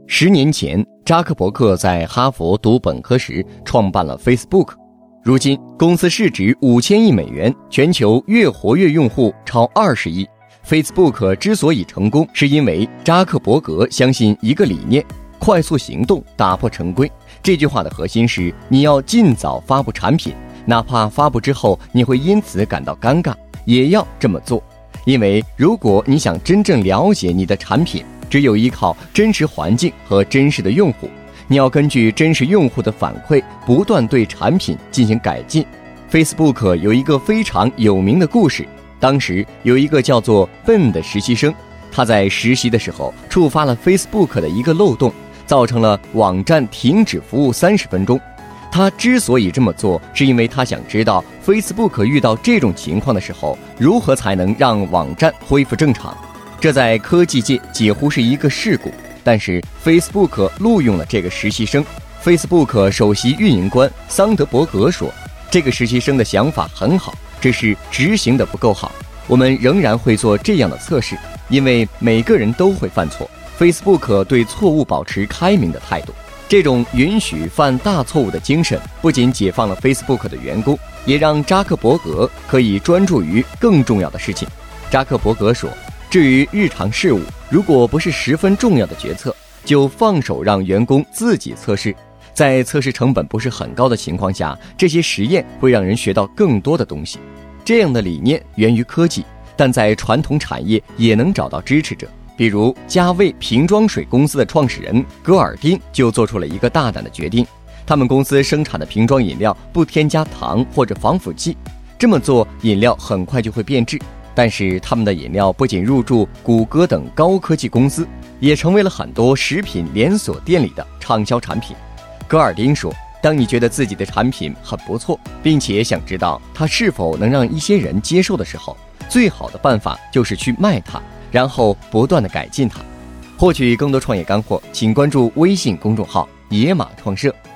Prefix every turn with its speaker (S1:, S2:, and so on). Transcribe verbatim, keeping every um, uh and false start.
S1: 十年前，扎克伯格在哈佛读本科时创办了 Facebook， 如今公司市值五千亿美元，全球月活跃用户超二十亿。Facebook 之所以成功，是因为扎克伯格相信一个理念：快速行动，打破常规。这句话的核心是，你要尽早发布产品，哪怕发布之后你会因此感到尴尬，也要这么做。因为如果你想真正了解你的产品，只有依靠真实环境和真实的用户，你要根据真实用户的反馈，不断对产品进行改进。Facebook 有一个非常有名的故事，当时有一个叫做笨的实习生，他在实习的时候触发了 Facebook 的一个漏洞，造成了网站停止服务三十分钟。他之所以这么做，是因为他想知道 Facebook 遇到这种情况的时候，如何才能让网站恢复正常。这在科技界几乎是一个事故，但是 Facebook 录用了这个实习生。Facebook 首席运营官桑德伯格说，这个实习生的想法很好，只是执行的不够好。我们仍然会做这样的测试，因为每个人都会犯错。 Facebook 对错误保持开明的态度，这种允许犯大错误的精神不仅解放了 Facebook 的员工，也让扎克伯格可以专注于更重要的事情。扎克伯格说，至于日常事务，如果不是十分重要的决策，就放手让员工自己测试。在测试成本不是很高的情况下，这些实验会让人学到更多的东西。这样的理念源于科技，但在传统产业也能找到支持者。比如加味瓶装水公司的创始人戈尔丁就做出了一个大胆的决定，他们公司生产的瓶装饮料不添加糖或者防腐剂，这么做饮料很快就会变质。但是他们的饮料不仅入驻谷歌等高科技公司，也成为了很多食品连锁店里的畅销产品。戈尔丁说，当你觉得自己的产品很不错，并且想知道它是否能让一些人接受的时候，最好的办法就是去卖它，然后不断地改进它。获取更多创业干货，请关注微信公众号野马创社。